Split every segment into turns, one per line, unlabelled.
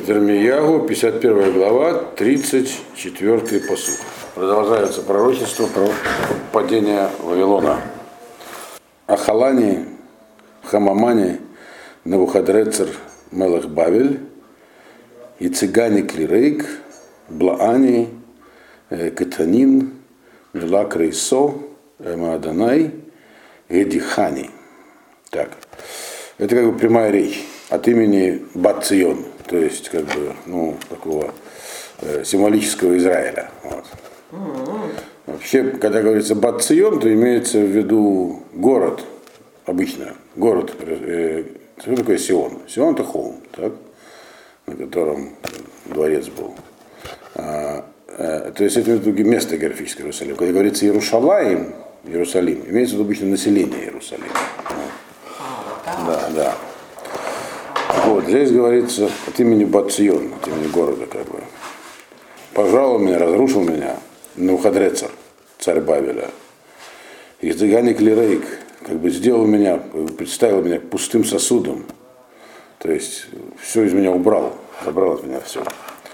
Ирмиягу, 51 глава, 34 пасук. Продолжается пророчество про падение Вавилона. Ахалани, Хамамани, Навуходоносор, Мелех Бавель, и цыгане Клирейк, Блаани, Катанин, Милак Рейсо, Маадонай, Гедихани. Так, это как бы прямая речь от имени Бат Цион, то есть как бы, такого символического Израиля. Вот. Вообще, когда говорится Бат Цион, то имеется в виду город, обычно, город, что такое Сион? Сион это холм, так? На котором дворец был. То есть это место географическое Иерусалим. Когда говорится Иерушалаим, Иерусалим, имеется в виду обычно население Иерусалима. Да. Вот, здесь говорится от имени Бат Цион, от имени города, как бы. Пожаловал меня, разрушил меня Навуходоносор, царь Бавеля. И цыгане Клирейк, как бы сделал меня, представил меня пустым сосудом. То есть все из меня убрал, забрал от меня все.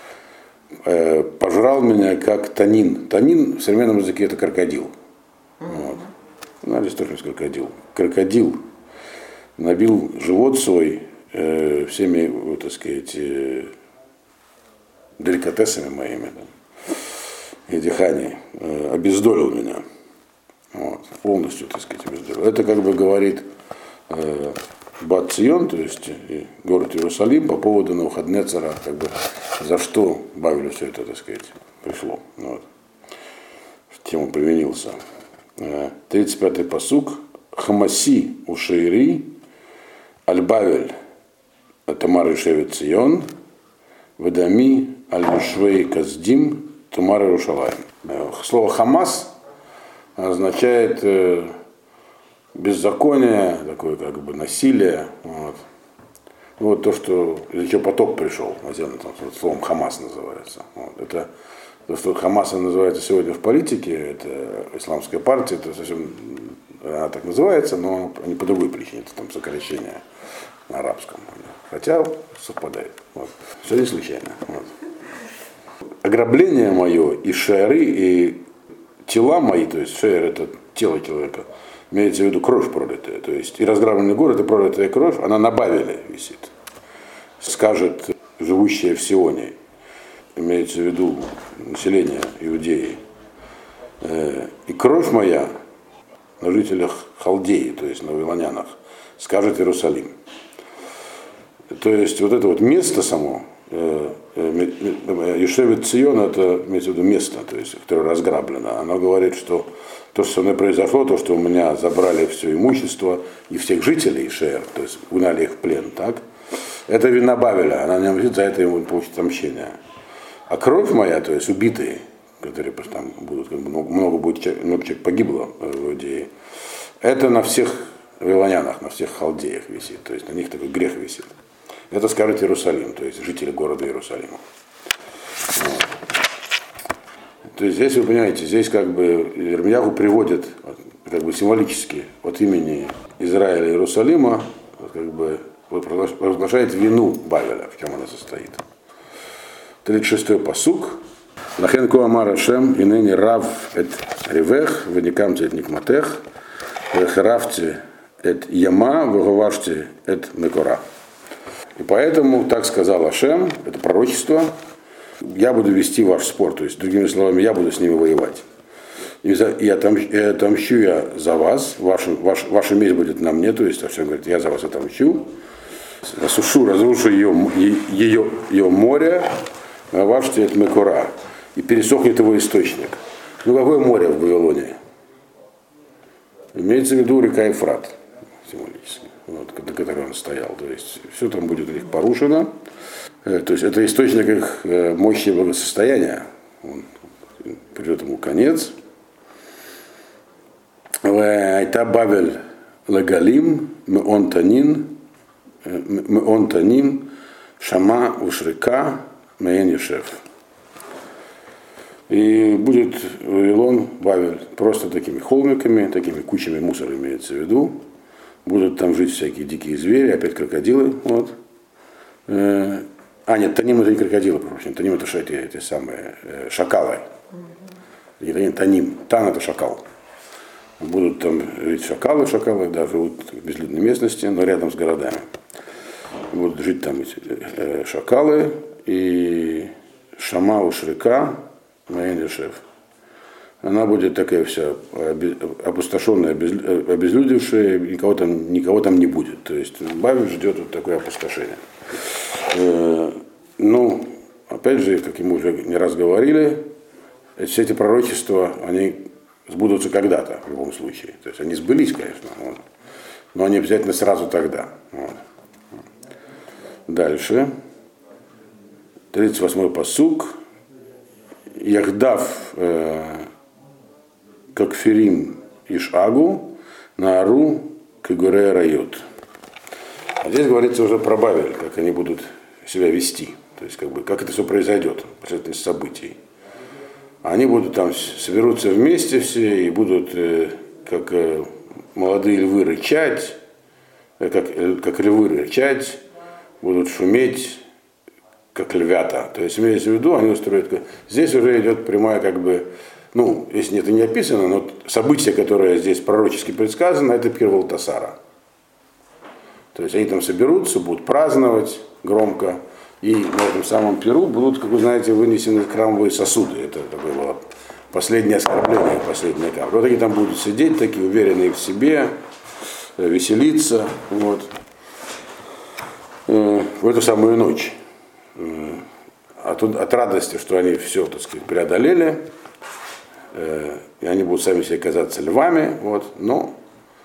Пожрал меня как танин. Танин в современном языке это крокодил. Вот. Здесь тоже есть крокодил. Крокодил набил живот свой всеми, так сказать, деликатесами моими, и дыханием, обездолил меня. Вот. Полностью, так сказать, обездолил. Это как бы говорит Бат Цион, то есть город Иерусалим, по поводу Навуходоносора, как бы, за что Бавелю все это, так сказать, пришло. Вот. Тем он применился. 35-й пасук. Хамаси ушейри, аль-Бавель, Тамар Ишевет Цион, Ведами, аль-Юшвей Каздим, Тамар Иерушалаим. Слово Хамас означает беззаконие, такое как бы насилие. Вот то, что из-за чего потоп пришел, словом Хамас называется. Вот. Это то, что Хамас называется сегодня в политике, это исламская партия, это совсем она так называется, но не по другой причине, это там сокращение на арабском. Хотя совпадает. Вот. Все не случайно. Вот. Ограбление мое и шеры, и тела мои, то есть шер это тело человека, имеется в виду кровь пролитая, то есть и разграбленный город, и пролитая кровь, она на Бавеле висит. Скажет живущее в Сионе, имеется в виду население Иудеи. И кровь моя на жителях Халдеи, то есть на вавилонянах, скажет Иерусалим. То есть вот это вот место само, Ешевет Цион, это имеется в виду место, то есть, которое разграблено. Оно говорит, что то, что со мной произошло, то, что у меня забрали все имущество и всех жителей Шер, то есть угнали их в плен, так? Это вина Бавеля, она не может за это ему получить отмщение. А кровь моя, то есть убитые, которые там будут, много человек погибло в Иудее, это на всех вавилонянах, на всех халдеях висит, то есть на них такой грех висит. Это скажет Иерусалим, то есть жители города Иерусалима. Вот. То есть здесь, вы понимаете, здесь как бы Ирмиягу приводит как бы символически от имени Израиля и Иерусалима, как бы провозглашает вину Бавеля, в чем она состоит. 36-й пасук. Лахен ко амар Ашем, и ныне рав эт ревех, веникамте эт никматех, вехаравте эт яма, веговаште эт мекора. И поэтому, так сказал Ашем, это пророчество, я буду вести ваш спор, то есть, другими словами, я буду с ними воевать. И отомщу я за вас, ваша месть будет на мне, то есть Ашем говорит, я за вас отомщу, разрушу ее море, ваш от Мекура, и пересохнет его источник. Какое море в Вавилоне? Имеется в виду река Ефрат, символически, до которой он стоял. То есть все там будет у них порушено. То есть это источник их мощи и благосостояния. Он придет ему конец. Айта Бавель Лагалим, Меон Таним, Шама Ушрика, Меен Ешев. И будет Вавилон, Бавель, просто такими холмиками, такими кучами мусора имеется в виду. Будут там жить всякие дикие звери, опять крокодилы. Вот. Нет, таним это не крокодилы, прошу. Таним это эти самые шакалы. Не таним. Тан это шакал. Будут там жить шакалы, да, живут в безлюдной местности, но рядом с городами. Будут жить там эти шакалы и Шама Ушрика, Маэндешев. Она будет такая вся опустошенная, обезлюдевшая, никого там не будет. То есть Бавель ждет вот такое опустошение. Ну, опять же, как мы уже не раз говорили, все эти пророчества, они сбудутся когда-то, в любом случае. То есть они сбылись, конечно, вот, но они обязательно сразу тогда. Вот. Дальше. 38-й пасук. Яхдав как ферим ишагу на ару кегуре райот. А здесь говорится уже про Бавель, как они будут себя вести. То есть, как это все произойдет, последовательность событий. Они будут там, соберутся вместе все и будут, как молодые львы, рычать, как львы рычать, будут шуметь, как львята. То есть, имеется в виду, они устроят... Здесь уже идет прямая, ну, если это не описано, но событие, которое здесь пророчески предсказано, это пир Валтасара. То есть, они там соберутся, будут праздновать громко, и на этом самом пиру будут, как вы знаете, вынесены храмовые сосуды. Это такое было последнее оскорбление, последняя капля. Вот они там будут сидеть, такие уверенные в себе, веселиться, вот, в эту самую ночь. От радости, что они все, так сказать, преодолели, и они будут сами себе казаться львами, вот, но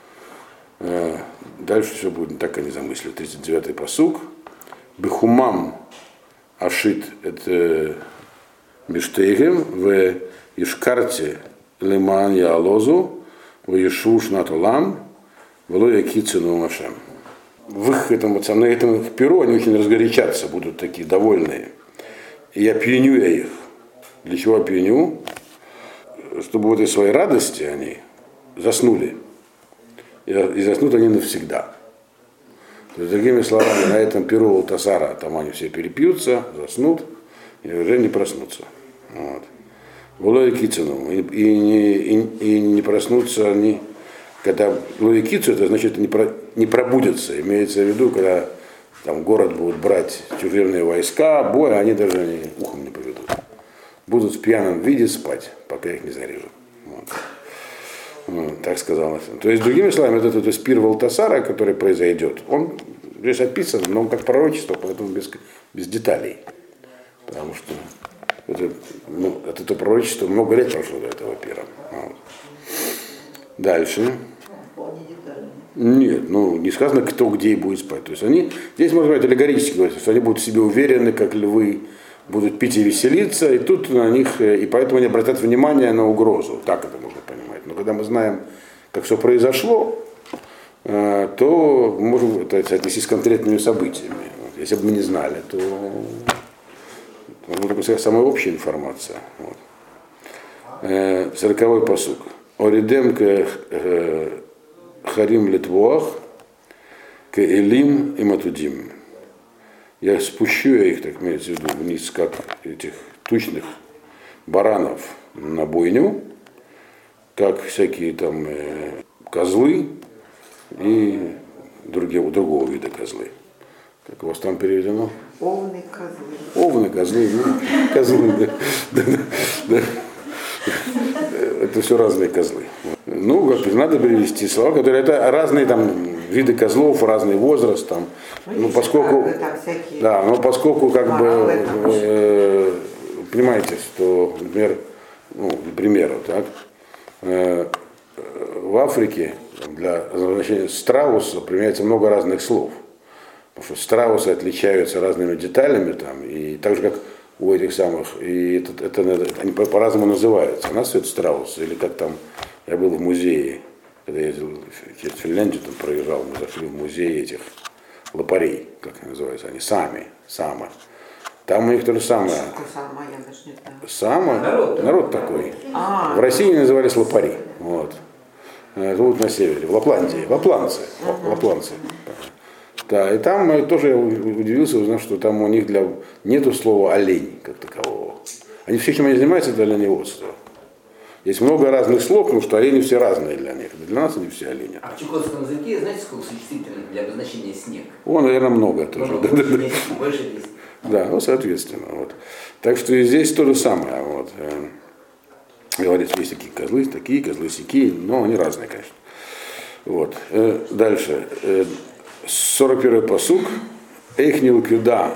дальше все будет не так, как они замыслили. 39-й пасук. Бехумам ашит это миштейгем в ишкарте леман яалозу в ешуш натулам влоя кицину машем. В их на этом перу они очень разгорячатся, будут такие довольные. И опьяню я их. Для чего опьяню? Чтобы в этой своей радости они заснули. И заснут они навсегда. То есть, другими словами, на этом перу Валтасара там они все перепьются, заснут и уже не проснутся. Вот. Влоя кицину. И не проснутся они. Когда луикицу, это значит не пробудятся. Имеется в виду, когда там город будут брать тяжелые войска, бой, они даже ухом не поведут. Будут в пьяном виде спать, пока их не зарежут. Вот, так сказал Нофим. То есть, другими словами, вот этот пир Валтасара, который произойдет, он здесь описан, но он как пророчество, поэтому без деталей. Потому что от этого пророчества много лет прошло до этого пира. Вот. Дальше. Нет, не сказано, кто где и будет спать. То есть здесь можно сказать аллегорически говорить, что они будут в себе уверены, как львы, будут пить и веселиться, и тут на них, и поэтому они обратят внимание на угрозу. Так это можно понимать. Но когда мы знаем, как все произошло, то мы можем это отнести с конкретными событиями. Вот. Если бы мы не знали, то это такая самая общая информация. Вот. 40-й пасук. Оридем к харим литвуах к элим и матудим. Я спущу их, так имеется в виду, вниз, как этих тучных баранов на бойню, как всякие там козлы и другого вида козлы. Как у вас там переведено?
Овны, козлы.
Овны, козлы, козлы, да. Это все разные козлы. Надо перевести слова, которые это разные там виды козлов, разный возраст там. Поскольку понимаете, что, например, к примеру, так, в Африке для обозначения страуса применяется много разных слов. Потому что страусы отличаются разными деталями там, и так же, как у этих самых, и они по-разному называются. У нас это страусы, или как там, я был в музее, когда я ездил в Финляндию, там проезжал, мы зашли в музей этих лопарей, как они называются, они самы. Там у них то же самое. Народ такой. В России назывались лопари. Вот. Живут на севере, в Лапландии. Лапланцы. Да, и там тоже я удивился, узнав, что там у них нету слова олень как такового. Они все, чем они занимаются, это оленеводство. Есть много разных слов, потому что олени все разные для них. Для нас они все олени.
А в чукотском языке, знаете, сколько существительных для обозначения снег?
О, наверное, много тоже.
Больше 10.
Да, ну, соответственно. Вот. Так что и здесь то же самое. Вот. Говорится, есть такие козлы, сякие, но они разные, конечно. Вот. Дальше. 41-й пасук. Эйхнил кюда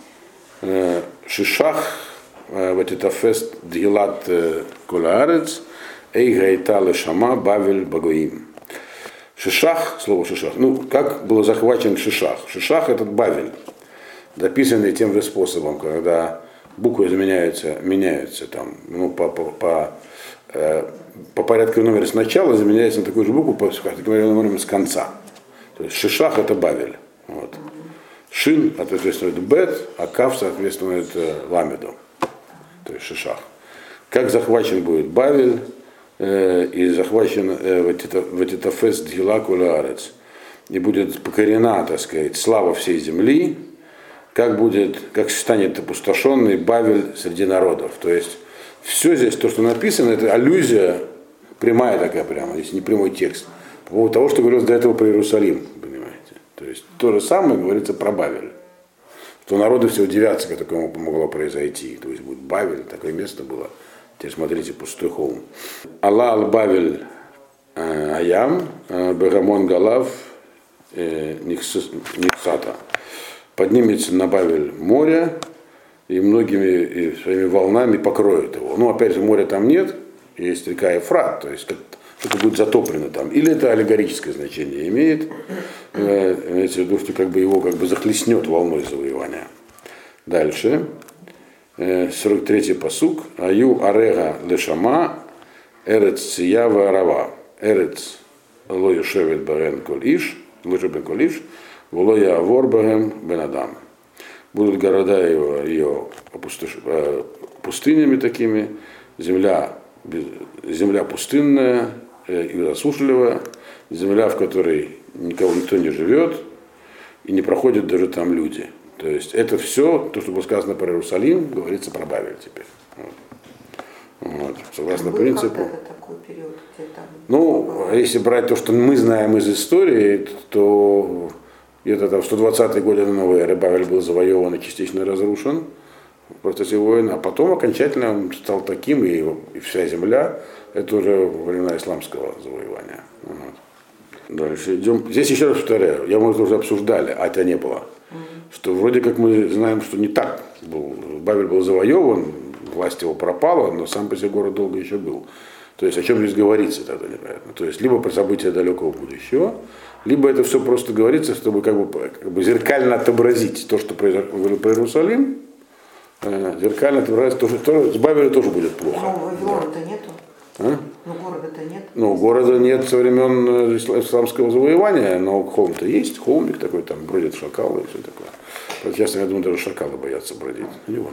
шишах ватитафест дгилат колаарец эйгайта лешама бавель багоим. Шишах, слово шишах. Ну, как был захвачен Шишах? Шишах этот Бавель, дописанный тем же способом, когда буквы меняются там, ну, по порядку номера сначала заменяется на такую же букву, по таким номером с конца. То есть Шишах это Бавель. Вот. Шин соответствует Бет, а Кав соответствует Ламеду. То есть Шишах. Как захвачен будет Бавель и захвачен Ватитафес Дгила Кулаарец. И будет покорена, так сказать, слава всей земли, как станет опустошенный Бавель среди народов. То есть все здесь, то, что написано, это аллюзия прямая такая прямо, если не прямой текст, по поводу того, что говорилось до этого про Иерусалим, понимаете. То есть то же самое говорится про Бавель. Что народы все удивятся, как такое могло произойти. То есть будет Бавель, такое место было. Теперь смотрите, пустой холм. Алла аль-Бавель аям, бегамон галав никсата. Поднимется на Бавель море и многими своими волнами покроет его. Ну, опять же, моря там нет, есть река Ефрат, то есть что-то будет затоплено там. Или это аллегорическое значение имеет, имеется в виду, что его захлестнет волной завоевания. Дальше. 43-й пасук. Аю арега лешама, эрец циява арава. Эрец ло юшевет барен коль иш, воло явор барем бенадам. Будут города ее пустынями такими, земля пустынная и засушливая, земля, в которой никто не живет и не проходят даже там люди. То есть это все, то, что было сказано про Иерусалим, говорится про Бавель теперь. Вот. Согласно принципу.
Такой период, где там...
Ну, если брать то, что мы знаем из истории, то где-то там в 120-е годы до новой эры Бавель был завоеван и частично разрушен в процессе войны, а потом окончательно он стал таким, и вся земля, это уже времена исламского завоевания. Вот. Дальше идем. Здесь еще раз повторяю, мы это уже обсуждали, а это не было. Что вроде как мы знаем, что не так был. Бавель был завоеван, власть его пропала, но сам по себе город долго еще был. То есть о чем здесь говорится тогда непонятно. То есть либо про события далекого будущего, либо это все просто говорится, чтобы как бы зеркально отобразить то, что произошло про Иерусалим, зеркально отобразить то, что с Бавелем тоже будет плохо.
Но Вавилона-то нету.
А?
Ну, города-то нет.
Ну, города нет со времен исламского завоевания, но холм-то есть, холмик такой, там бродят шакалы и все такое. Сейчас, я думаю, даже шакалы боятся бродить.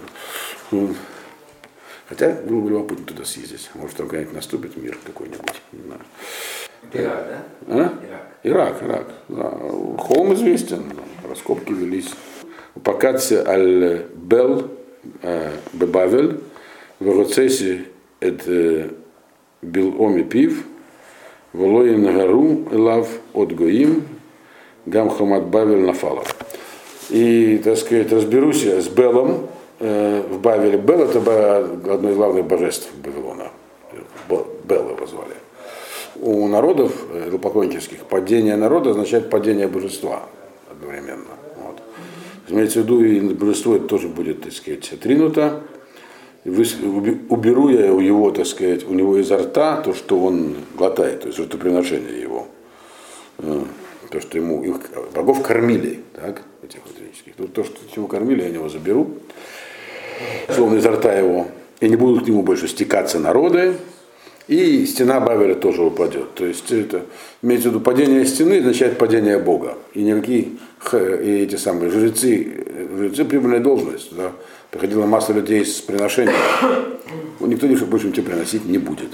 Хотя было бы любопытно туда съездить. Может, там когда-нибудь наступит мир какой-нибудь. Не знаю.
Ирак, да?
Ирак. Да. Холм известен, раскопки велись. Покатся аль-Бел бебавель в Роцесе это Биломи пив, Волоин Гару Элав от Гоим, Гам Хамад Бавель Нафалов. И, так сказать, разберусь с Белом в Бавеле. Бел это одно из главных божеств Вавилона. Бел его звали. У народов поклоннических падение народа означает падение божества одновременно. Вот. Имеется в виду, и божество это тоже будет, так сказать, отринуто. Уберу я у него, так сказать, у него изо рта то, что он глотает, то есть жертвоприношение его. То, что ему их богов кормили, так, этих вот греческих. То, что его кормили, я него заберу. Словно изо рта его. И не будут к нему больше стекаться народы. И стена Бавеля тоже упадет. То есть это имеется в виду падение стены означает падение Бога. И никакие и эти самые жрецы прибыльная должность. Да, приходило масса людей с приношением. Никто больше ничего приносить не будет.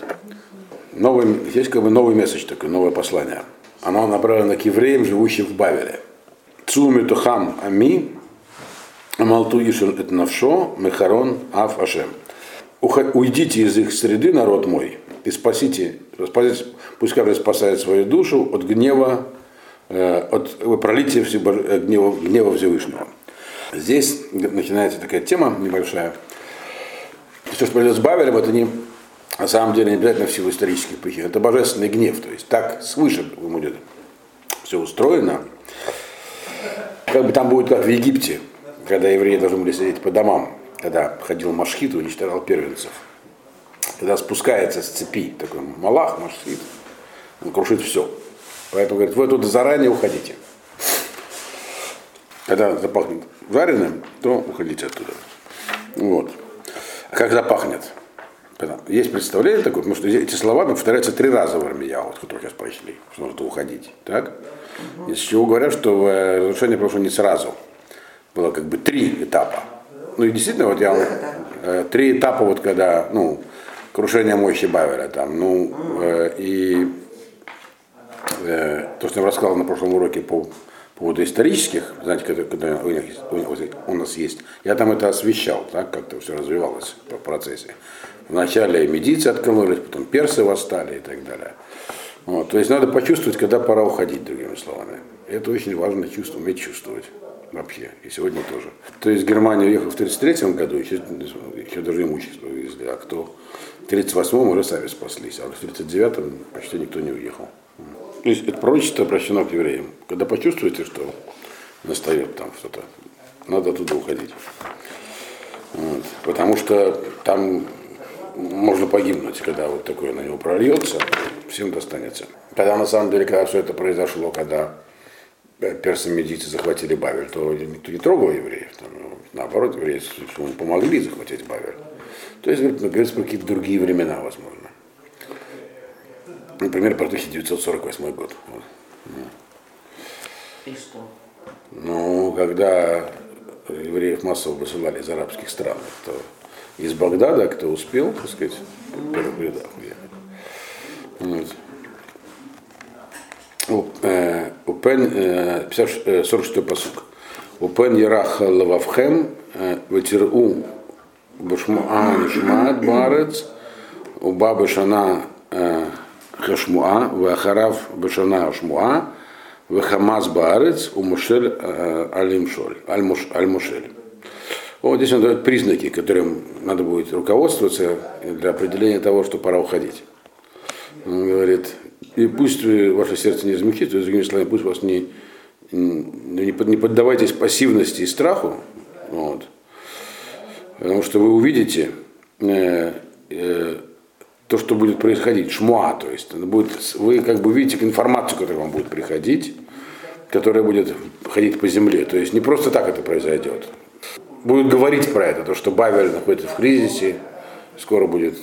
Есть как бы новый месседж такой, новое послание. Оно направлено к евреям, живущим в Бавеле. Цуми тухам ами, амалту ишен эт навшо, мехарон ав ашем. Уйдите из их среды, народ мой, и спасите, пусть каждый спасает свою душу от гнева, от пролития гнева Всевышнего. Здесь начинается такая тема небольшая. Все, что произойдет с Бавелем, это не, на самом деле не обязательно в силу исторических причин. Это божественный гнев. То есть так свыше будет все устроено. Как бы там будет как в Египте, когда евреи должны были сидеть по домам, когда ходил Машхит и уничтожал первенцев. Когда спускается с цепи такой малах, Машхит, он крушит все. Поэтому говорит, вы тут заранее уходите. Когда запахнет жареным, то уходите оттуда. Вот. А как запахнет? Есть представление такое, потому что эти слова повторяются 3 раза в Ирмияу, вот, которые сейчас прочли, что нужно уходить. Так? Из чего говорят, что разрушение прошло не сразу. Было как бы 3 этапа. Ну и действительно, вот я 3 этапа, вот когда, крушение мощи Бавеля, там, и то, что я рассказал на прошлом уроке по поводу исторических, знаете, когда у нас есть, я там это освещал, так, как-то все развивалось по процессе. Вначале медийцы откололись, потом персы восстали и так далее. Вот, то есть надо почувствовать, когда пора уходить, другими словами. Это очень важно уметь чувствовать вообще, и сегодня тоже. То есть Германия уехала в 1933 году, еще даже имущество вывезли, а кто в 1938 уже сами спаслись, а в 1939 почти никто не уехал. То есть это пророчество обращено к евреям. Когда почувствуете, что настает там что-то, надо оттуда уходить. Вот. Потому что там можно погибнуть, когда вот такое на него прольется, всем достанется. Когда на самом деле, когда все это произошло, когда персы-медийцы захватили Бавель, то никто не трогал евреев. Там, наоборот, евреи помогли захватить Бавель. То есть говорится про какие-то другие времена, возможно. Например, про 1948 год.
И что?
Когда евреев массово высылали из арабских стран, то из Багдада, кто успел, так сказать, в первых рядах уехать. Вот. 46-й пасук. Упен ярах лававхем, ветиру башмуа нишмаат барец, уба башана хашмуа, вахарав башана ашмуа, вахамаз барец, умушель аль-мушель. Вот здесь он дает признаки, которым надо будет руководствоваться для определения того, что пора уходить. Он говорит, и пусть ваше сердце не замягчится, то есть, другими словами, пусть вас не поддавайтесь пассивности и страху, вот, потому что вы увидите то, что будет происходить, шмуа, то есть вы как бы видите информацию, которая вам будет приходить, которая будет ходить по земле, то есть не просто так это произойдет. Будут говорить про это, то, что Бавель находится в кризисе, скоро будут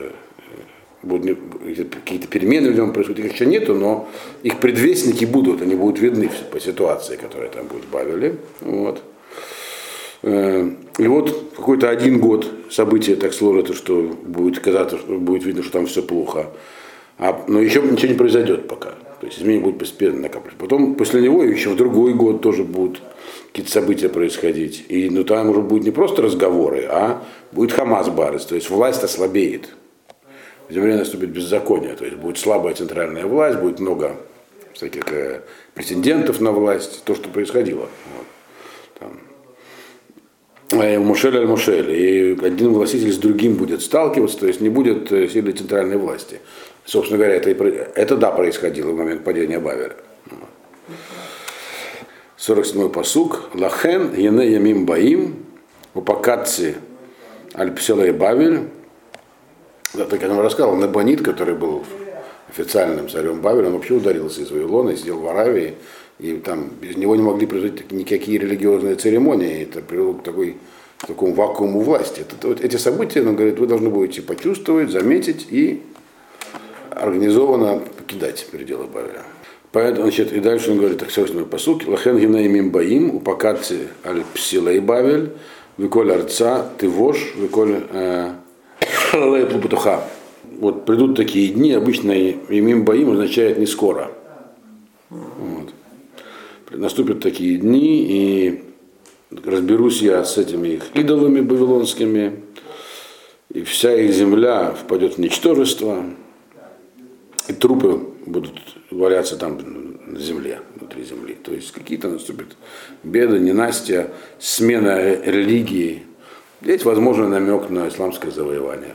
какие-то перемены в нем происходят, их еще нету, но их предвестники будут, они будут видны по ситуации, которая там будет в Бавеле. Вот. И вот какой-то 1 год события так сложится, что будет казаться, что будет видно, что там все плохо. Но еще ничего не произойдет пока. То есть изменения будут постепенно накапливаться. Потом после него еще в другой год тоже будут какие-то события происходить. И там уже будут не просто разговоры, а будет Хамас Барес, то есть власть ослабеет. В земле наступит беззаконие, то есть будет слабая центральная власть, будет много всяких претендентов на власть, то, что происходило. Вот. Мушель аль-Мушель, и один властитель с другим будет сталкиваться, то есть не будет сильной центральной власти. Собственно говоря, это происходило в момент падения Бавеля. 47-й пасук. Лахен ене ямим баим упакатси аль-пселей Бавель. Так я вам рассказал, Набонид, который был официальным царем Бавеля, он вообще ударился из Вавилона, сидел в Аравии, и там без него не могли произойти никакие религиозные церемонии, это привело к такому вакууму власти. Вот эти события, он говорит, вы должны будете почувствовать, заметить и организованно покидать пределы Бавеля. Поэтому, значит, и дальше он говорит, так, 48-й пасук, лахен гинаимим баим, упакатси аль-псилей Бавель, виколь арца, ты вож, виколь плутуха. Вот придут такие дни, обычно имим баим означает не скоро. Вот. наступят такие дни, и разберусь я с этими их идолами вавилонскими, и вся их земля впадет в ничтожество, и трупы будут валяться там на земле, внутри земли. То есть какие-то наступят беды, ненастья, смена религии. Здесь, возможно, намек на исламское завоевание.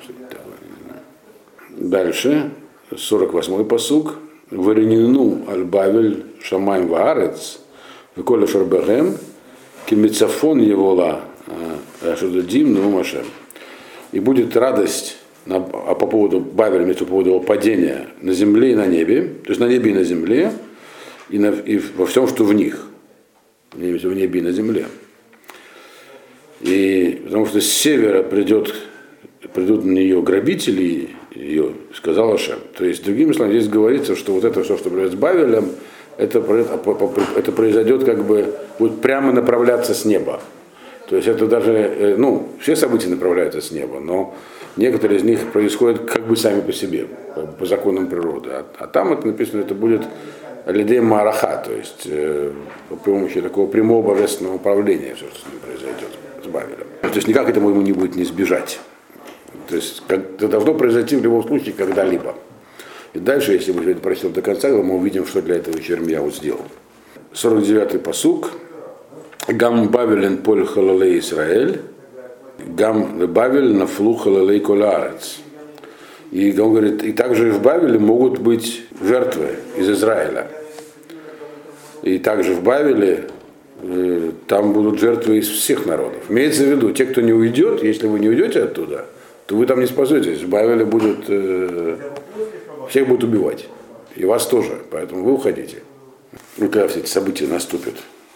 Дальше, 48-й пасук. «Варенину аль-Бавель шамаем ваарец, веколя шарбехем, кемицафон евола ашудадим наумашем». И будет радость по поводу Бавеля, по поводу его падения на земле и на небе, то есть на небе и на земле, и во всем, что в них, в небе и на земле. И потому что с севера придут на нее грабители, ее сказал Ашем. То есть, другими словами, здесь говорится, что вот это все, что произойдет с Бавелем, это произойдет как бы, будет прямо направляться с неба. То есть это даже, все события направляются с неба, но некоторые из них происходят как бы сами по себе, как бы по законам природы. А там это написано, это будет лидей мараха, то есть при помощи такого прямого божественного управления все, что с ним произойдет, с Бавелем. То есть никак этому ему не будет не сбежать. То есть это должно произойти в любом случае когда-либо. И дальше, если мы это прочтем до конца, мы увидим, что для этого Йермияу сделал. 49-й пасук. Гам Бавелен поль халалей Исраэль, гам Бавель нафлу халалей колаарец. И он говорит, и также в Бавеле могут быть жертвы из Израиля. И также в Бавеле там будут жертвы из всех народов. Имеется в виду, те, кто не уйдет, если вы не уйдете оттуда, то вы там не спасетесь. В Бавеле будут, всех будут убивать. И вас тоже. Поэтому вы уходите. И когда все эти события наступят.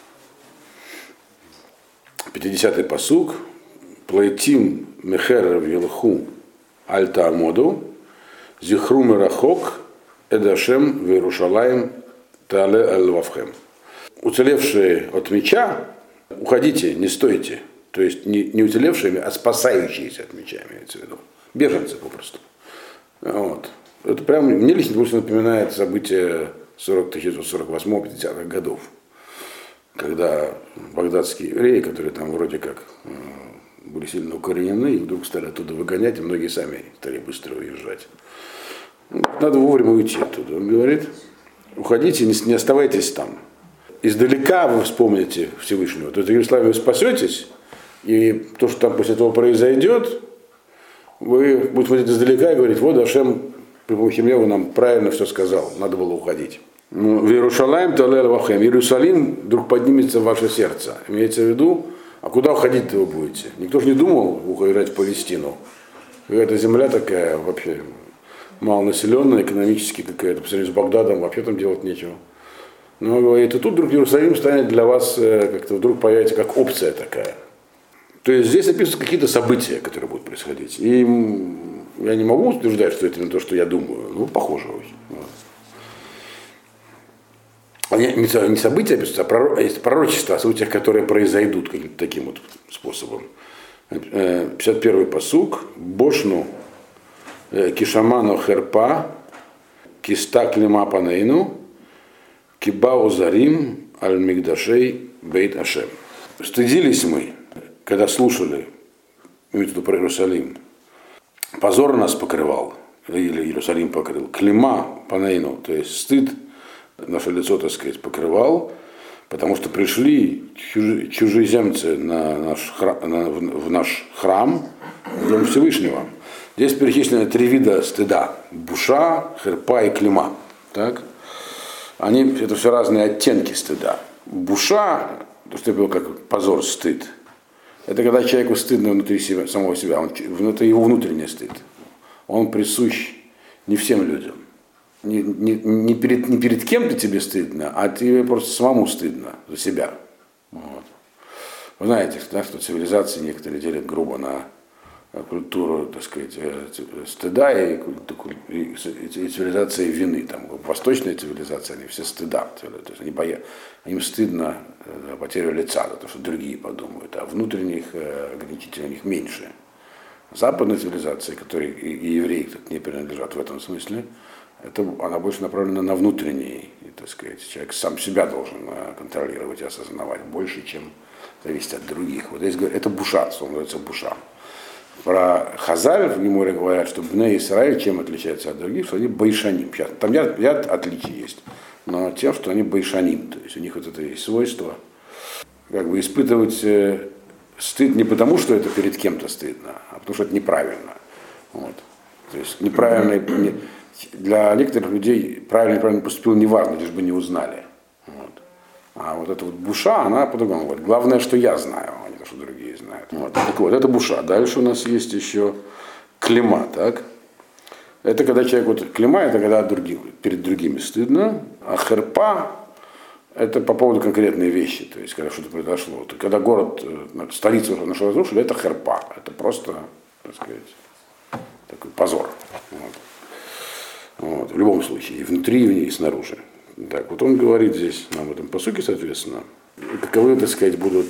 50-й пасук. Плейтим мехер вилху альта амоду, зихру мерахок, эдашем вирушалаем тале аль-вавхем. Уцелевшие от меча, уходите, не стойте. То есть не уцелевшие, а спасающиеся от меча, имеется в виду. Беженцы попросту. Вот. Это прям мне лично напоминает события 1948-50-х годов, когда багдадские евреи, которые там вроде как были сильно укоренены, и вдруг стали оттуда выгонять, и многие сами стали быстро уезжать. Надо вовремя уйти оттуда. Он говорит, уходите, не оставайтесь там. Издалека вы вспомните Всевышнего. То есть, другими словами, вы спасетесь, и то, что там после этого произойдет, вы будете смотреть издалека и говорить, вот Ашем при помощи меня нам правильно все сказал, надо было уходить. В Иерусалим, Иерусалим вдруг поднимется в ваше сердце. Имеется в виду, а куда уходить-то вы будете? Никто же не думал уезжать в Палестину. Какая-то земля такая вообще малонаселенная, экономически какая-то, по сравнению с Багдадом вообще там делать нечего. Но говорит, и тут вдруг Иерусалим станет для вас, как-то вдруг появится как опция такая. То есть здесь описываются какие-то события, которые будут происходить. И я не могу утверждать, что это не то, что я думаю. Ну, похоже очень. Не события описываются, а пророчества о событиях, которые произойдут каким-то таким вот способом. 51-й пасук. Бошну кишаману херпа, киста клима панейну, кибау зарим аль-мигдашей бейт ашем. Стыдились мы, когда слушали, имеется в виду про Иерусалим. Позор нас покрывал, или Иерусалим покрыл. Клима панейну, то есть стыд наше лицо, так сказать, покрывал, потому что пришли чужеземцы в наш храм, в Дом Всевышнего. Здесь перечислены 3 вида стыда: буша, херпа и клима. Так? Это все разные оттенки стыда. Буша, то, что было как позор, стыд. Это когда человеку стыдно внутри себя, самого себя. Это его внутренний стыд. Он присущ не всем людям. Не перед кем-то тебе стыдно, а тебе просто самому стыдно за себя. Вот. Вы знаете, да, что цивилизации некоторые делят грубо на культуру, так сказать, стыда и цивилизации вины. Там, восточная цивилизация, они все стыда. То есть им стыдно за потерю лица, за то, что другие подумают, а внутренних ограничителей у них меньше. Западная цивилизация, которой и евреи не принадлежат в этом смысле, она больше направлена на внутренний, так сказать, человек сам себя должен контролировать и осознавать больше, чем зависит от других. Вот здесь говорят, это буша, он называется буша. Про Хазаль в Геморе говорят, что Бней Исраиль чем отличается от других, что они байшаним. Там ряд отличий есть, но тем, что они байшаним, то есть у них вот это есть свойство, как бы испытывать стыд не потому, что это перед кем-то стыдно, а потому что это неправильно. Вот. То есть неправильно, для некоторых людей правильно поступил неважно, лишь бы не узнали. Вот. А вот эта вот буша, она по-другому говорит. Главное, что я знаю, а не то, что другие знают. Вот. Так вот, это буша. Дальше у нас есть еще клема, так? Это когда человек, вот клема, это когда перед другими стыдно, а херпа это по поводу конкретной вещи, то есть когда что-то произошло. То, когда город, столицу нашу разрушили, это херпа. Это просто, так сказать, такой позор. Вот. Вот, в любом случае, и внутри, и снаружи. Так, вот он говорит здесь, нам в этом посуке, соответственно, каковы, так сказать, будут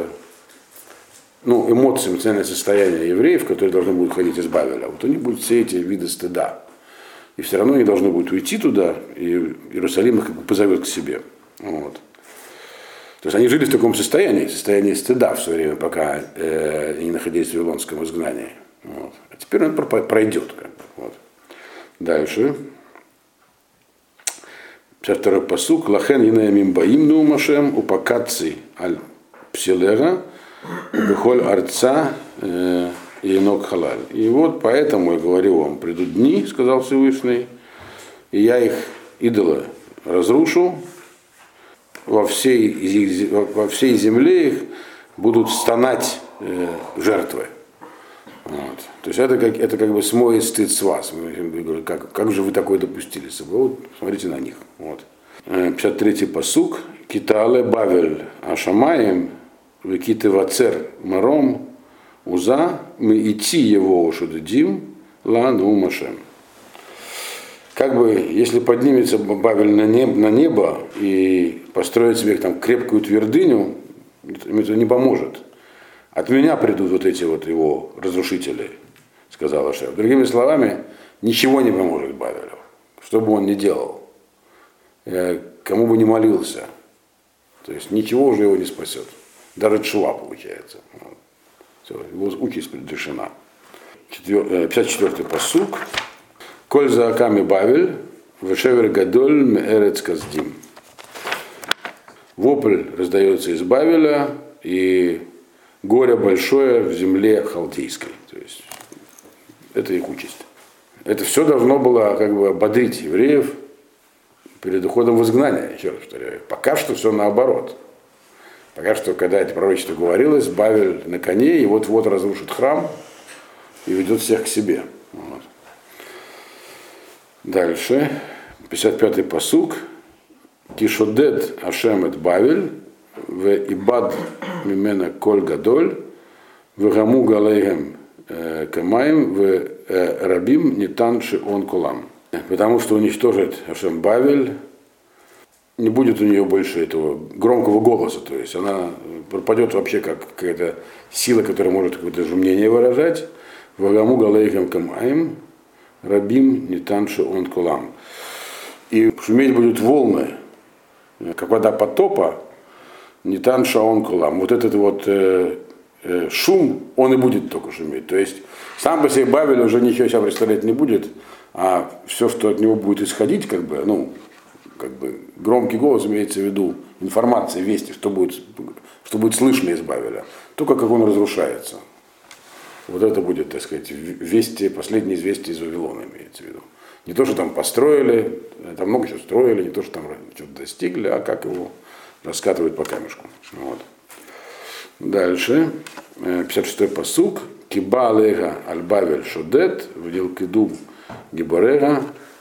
эмоции, эмоциональное состояние евреев, которые должны будут ходить из Бавеля. Вот у них будут все эти виды стыда. И все равно они должны будут уйти туда, и Иерусалим их как бы позовет к себе. Вот. То есть они жили в таком состоянии стыда в свое время, пока они находились в вавилонском изгнании. Вот. А теперь он пройдет. Как бы. Вот. Дальше. 52-й пасук. Лахен инеямим баим неумашем упакаци аль псилега убихоль арца енок халаль. И вот поэтому я говорю вам, придут дни, сказал Всевышний, и я их идолы разрушу, во всей земле их будут стонать жертвы. Вот. То есть это как бы смоет стыд с вас. Мы говорим, как же вы такое допустили с собой? Вот, смотрите на них. Вот. 53-й пасук. Китаале Бавель Ашамаем Викиты Вацер Маром Уза мы идти его шудадим лану машем. Как бы, если поднимется Бавель на небо и построит себе там крепкую твердыню, это не поможет. От меня придут вот эти вот его разрушители, сказал Ашем. Другими словами, ничего не поможет Бавелю, что бы он ни делал, кому бы ни молился. То есть ничего уже его не спасет. Даже тшува получается. Все, его участь предрешена. 54-й пасук. Коль зааками Бавель, вешевер гадоль меэрец каздим. Вопль раздается из Бавеля, и горе большое в земле халдейской. То есть это их участь. Это все должно было как бы ободрить евреев перед уходом в изгнание, еще раз повторяю. Пока что все наоборот. Пока что, когда это пророчество говорилось, Бавель на коне, и вот-вот разрушит храм и ведет всех к себе. Вот. Дальше, 55-й пасук. Кишодед Ашем эт Бавель, в ибад мимена коль гадоль, в гаму галейгем камаем, в рабим нитанши он кулам. Потому что уничтожит Ашем Бавель, не будет у нее больше этого громкого голоса, то есть она пропадет вообще как какая-то сила, которая может какое-то же мнение выражать. В гаму галейгем камаем, рабим нитанши он кулам. И шуметь будут волны, как вода потопа, нитан шаон кулам. Вот этот вот шум, он и будет только шуметь. То есть сам по себе Бавель уже ничего себя представлять не будет, а все, что от него будет исходить, как бы громкий голос, имеется в виду информация, вести, что будет слышно из Бавеля, только как он разрушается. Вот это будет, так сказать, вести, последние известия из Вавилона, имеется в виду. Не то, что там построили, там много чего строили, не то, что там что-то достигли, а как его раскатывают по камешку. Вот. Дальше, 56-й пасук. Киба алега аль-бавель шодет, вдел киду гиборега,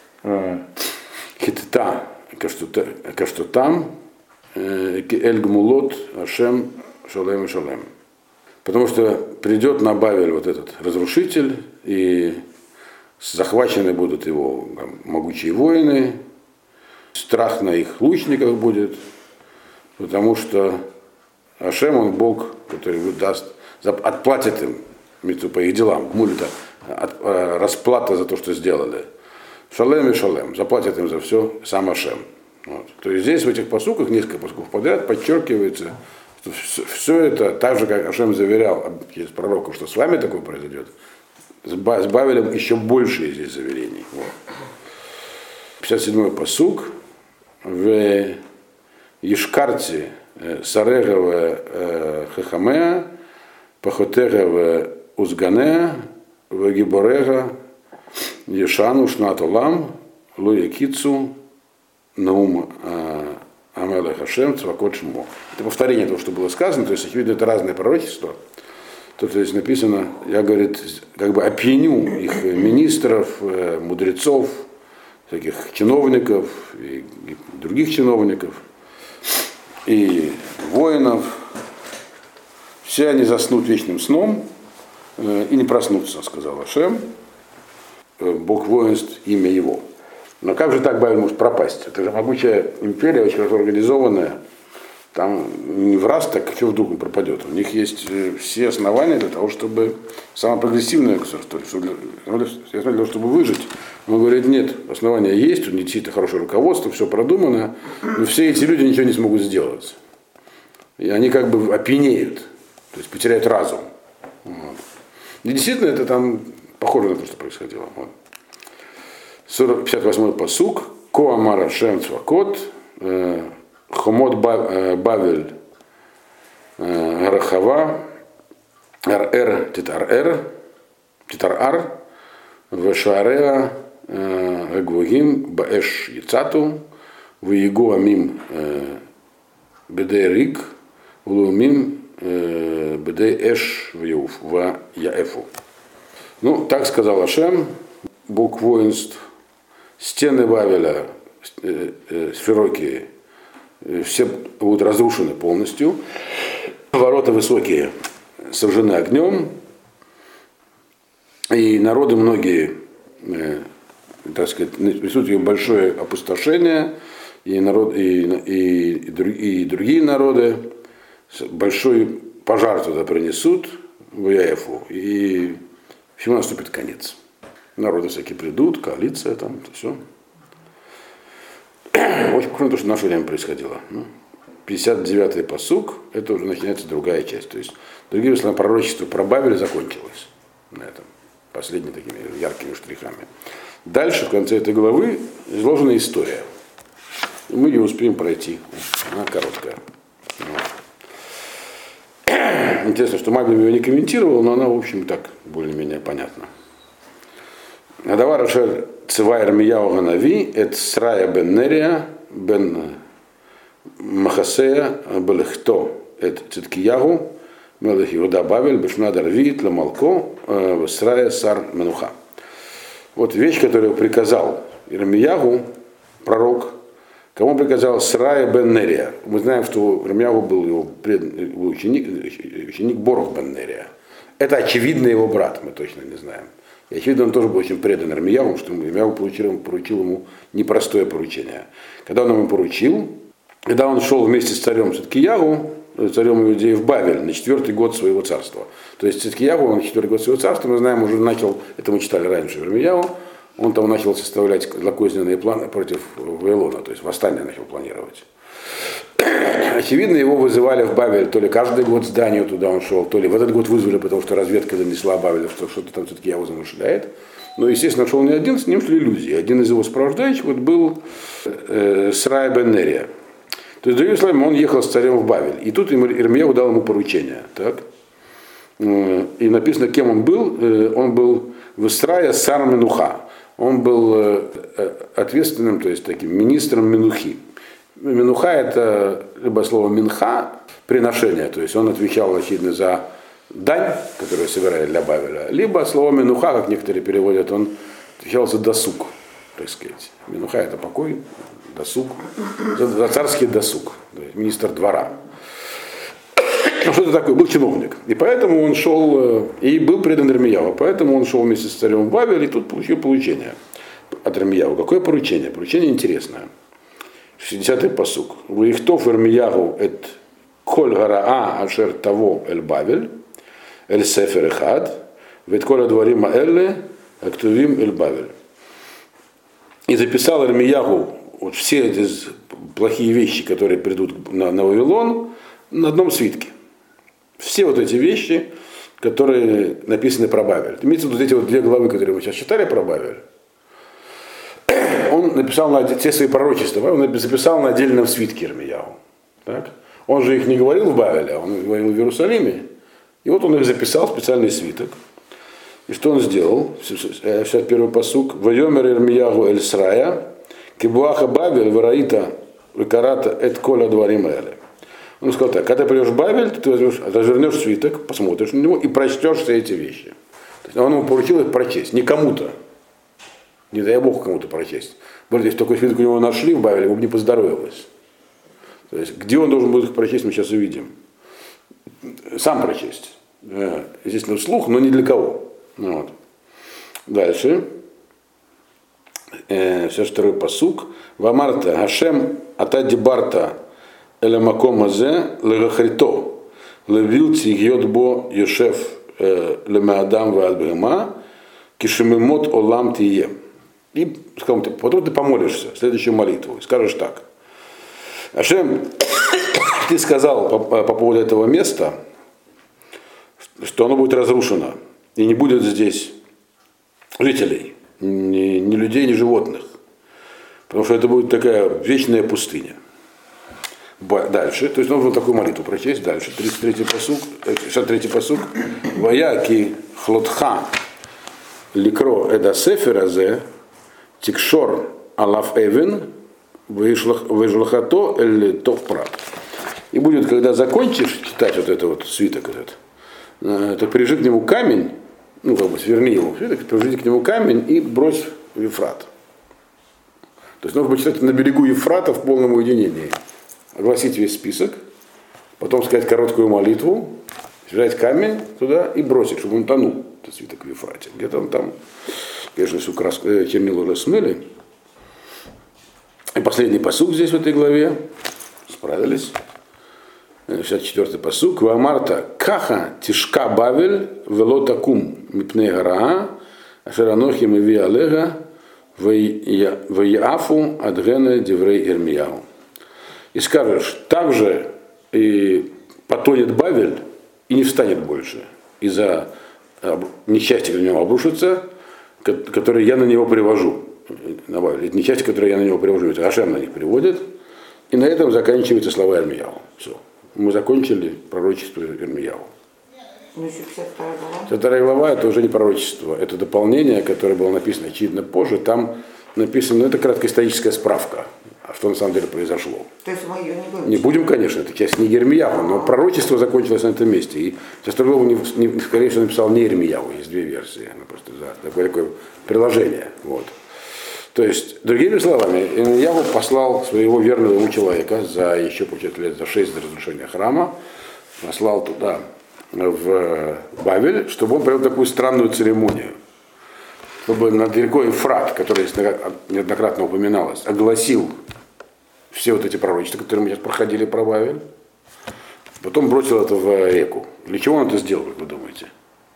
хитта каштутам, эль гмулот ашем шалем и шалем. Потому что придет на Бавель вот этот разрушитель, и захвачены будут его могучие воины, страх на их лучников будет, потому что Ашем, он Бог, который отплатит им по их делам, расплата за то, что сделали. Шалем и шалем. Заплатит им за все сам Ашем. Вот. То есть здесь в этих посуках, несколько посуков подряд, подчеркивается, что все это, так же, как Ашем заверял через пророков, что с вами такое произойдет, с Бавелем еще больше здесь заверений. Вот. 57-й посук. В Ешкарте Сарегова Хахамеа, Пахотегова Узганеа, Вагиборега Ешану Шнатулам, Луя Кицу, Наум Амела Хашем, Цвакот Шмо. Это повторение того, что было сказано, то есть, очевидно, это разные пророчества. Тут здесь написано, я, говорит, как бы опьяню их министров, мудрецов, всяких чиновников и других чиновников, и воинов. Все они заснут вечным сном и не проснутся, сказал Ашем, Бог воинств, имя его. Но как же так Бавель может пропасть? Это же могучая империя, очень хорошо организованная. Там не в раз так все вдруг пропадет. У них есть все основания для того, чтобы самое прогрессивное государство, для того, чтобы выжить. Он говорит, нет, основания есть, у них действительно хорошее руководство, все продумано, но все эти люди ничего не смогут сделать. И они как бы опьянеют, то есть потеряют разум. Вот. И действительно это там похоже на то, что происходило. Вот. 58-й пасук. Коамара Шем Цвакот, Хомот Бавель Гарахава, Ар-Эр Титар-Ар, Вешареа Гвогим Баэш Яцату, Виегу Амим Бедерик, Влумим Бедеэш в Яэфу. Ну, так сказал Ашем, Бог воинств, стены Вавеля, широкие, все будут разрушены полностью, ворота высокие сожжены огнем, и народы многие, так сказать, присутствует большое опустошение, и другие народы большой пожар туда принесут в Яэфу, и всему наступит конец. Народы всякие придут, коалиция там, это все. Очень похоже на то, что в наше время происходило. 59-й пасук, это уже начинается другая часть. То есть, другими словами, пророчество про Бавель закончилось на этом. Последними такими яркими штрихами. Дальше, в конце этой главы, изложена история. И мы ее успеем пройти. Она короткая. Интересно, что Мальбим ее не комментировал, но она, в общем, так более-менее понятна. Адавар Ашер Цива Ирмияу Ганави, эт Срая бен Нерия, бен Махасея, Белехто, эт Циткиягу, Мелех Иуда Бавель, Бешнада Рвит, Ламалко, Срая Сар Менуха. Вот вещь, которую приказал Ирмиягу, пророк, кому приказал Срая бен Нерия. Мы знаем, что Ирмиягу был его ученик Борух бен Нерия. Это очевидно его брат, мы точно не знаем. И очевидно, он тоже был очень предан Ирмиягу, что Ирмиягу поручил ему непростое поручение. Когда он ему поручил, когда он шел вместе с царем Циткиягу, царем Иудеи в Бавель, на 4-й год своего царства. То есть Циткиягу, он 4-й год своего царства, мы знаем, уже начал, это мы читали раньше Ирмиягу, он там начал составлять злокозненные планы против Вавилона, то есть восстание начал планировать. Очевидно, его вызывали в Бавель, то ли каждый год в зданию туда он шел, то ли в этот год вызвали, потому что разведка донесла Бавелю, что что-то там все-таки его замышляет. Но, естественно, шел не один, с ним шли люди. Один из его сопровождающих вот был Срай бен Нерия. То есть, другими словами, он ехал с царем в Бавель. И тут Ирмияу дал ему поручение. Так? И написано, кем он был. Он был в Исрае Сар Менуха. Он был ответственным, то есть таким министром Менухи. Менуха — это либо слово минха, приношение, то есть он отвечал, очевидно, за дань, которую собирали для Бавеля, либо слово менуха, как некоторые переводят, он отвечал за досуг, так сказать. Менуха — это покой, досуг, за царский досуг, министр двора. Что-то такое, был чиновник. И поэтому он шел, и был предан Ирмияу, поэтому он шел вместе с царем в Бавель, и тут получил поручение от Ирмияу. Какое поручение? Поручение интересное. 60-й пасук. Вихтов Ирмиягу эт коль гараа ашер таво эль Бавель, эль сефер эхад, вет коль адварим аэлле актувим эль Бавель. и записал Ирмиягу вот все эти плохие вещи, которые придут на Вавилон, на одном свитке. Все вот эти вещи, которые написаны про Бавель. Имеется в виду вот эти вот две главы, которые мы сейчас читали про Бавель. Он написал те свои пророчества, он записал на отдельном свитке Ирмиягу. Так? Он же их не говорил в Бавеле, он говорил в Иерусалиме. И вот он их записал в специальный свиток. И что он сделал? 61-й пасук. «Вайомер Ирмиягу эль Срая, кибуаха Бавель, вараита, векарата эт коля дварим эле». Он сказал так: когда придешь в Бавель, ты развернешь свиток, посмотришь на него и прочтешь все эти вещи. То есть он ему поручил их прочесть, не кому-то. Не дай Бог кому-то прочесть. Более, если такой свиток у него нашли в Бавеле, ему бы не поздоровилось. То есть, где он должен будет их прочесть, мы сейчас увидим. Сам прочесть. Естественно, вслух, но не для кого. Вот. Дальше. 62-й пасук. Вамарта Гашем атади барта эламаком азе легахрито левилти йодбо йошев лемеадам ваадбема кишемемот олам тие. И потом ты помолишься следующую молитву. Скажешь так: Ашем, ты сказал по поводу этого места, что оно будет разрушено, и не будет здесь жителей, ни людей, ни животных, потому что это будет такая вечная пустыня. Дальше, то есть нужно такую молитву прочесть. Дальше, 63-й пасук, 63-й пасук. Ваяки хлотха ликро эда сеферазе тикшор алаф эвен выжлахато эль тов прат. И будет, когда закончишь читать вот это вот свиток этот, то прижи к нему камень, ну как бы сверни его свиток, прижи к нему камень и брось в Ефрат. То есть нужно будет читать на берегу Ефрата в полном уединении. Огласить весь список, потом сказать короткую молитву, взять камень туда и бросить, чтобы он тонул, этот свиток в Ефрате. Где-то он там, конечно, всю краску чернила уже смыли. И последний пасук здесь, в этой главе, справились. 64-й пасук. Вамарта каха тишка бавель велотакум мипней гараа ашеранохим и виалега ваяфу адгене деврей Ирмиягу. И скажешь: так же и потонет Бавель и не встанет больше из-за несчастья, которое на него обрушится, которое я на него привожу. На Бавель. Это несчастье, которое я на него привожу, это Ашем на них приводит. И на этом заканчиваются слова Ирмиягу. Все. Мы закончили пророчество Ирмиягу.
Ну, еще 52 глава.
52 глава это уже не пророчество, это дополнение, которое было написано очевидно позже. Там написано, это краткоисторическая справка, а что на самом деле произошло.
То есть мы ее не будем?
Не будем, конечно, это часть книги Ирмиягу, но пророчество закончилось на этом месте. И сейчас скорее всего, написал не Ирмиягу, есть две версии, она просто такое приложение. Вот. То есть, другими словами, Ирмиягу послал своего верного ему человека за еще, получается, лет за 6 до разрушения храма, послал туда, в Бавель, чтобы он провел такую странную церемонию. Чтобы над рекой Ефрат, которая неоднократно упоминалась, огласил все вот эти пророчества, которые мы сейчас проходили про Бавель, потом бросил это в реку. Для чего он это сделал, как вы думаете?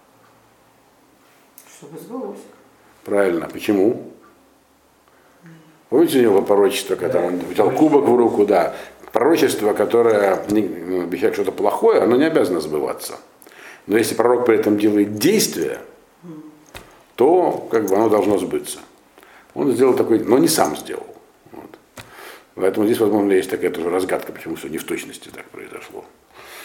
Чтобы сбылось.
Правильно. Почему? Помните, у него пророчество, когда он взял кубок в руку, да. Пророчество, которое обещает что-то плохое, оно не обязано сбываться. Но если пророк при этом делает действие, то как бы оно должно сбыться. Он сделал такой, но не сам сделал. Вот. Поэтому здесь, возможно, есть такая тоже разгадка, почему все не в точности так произошло.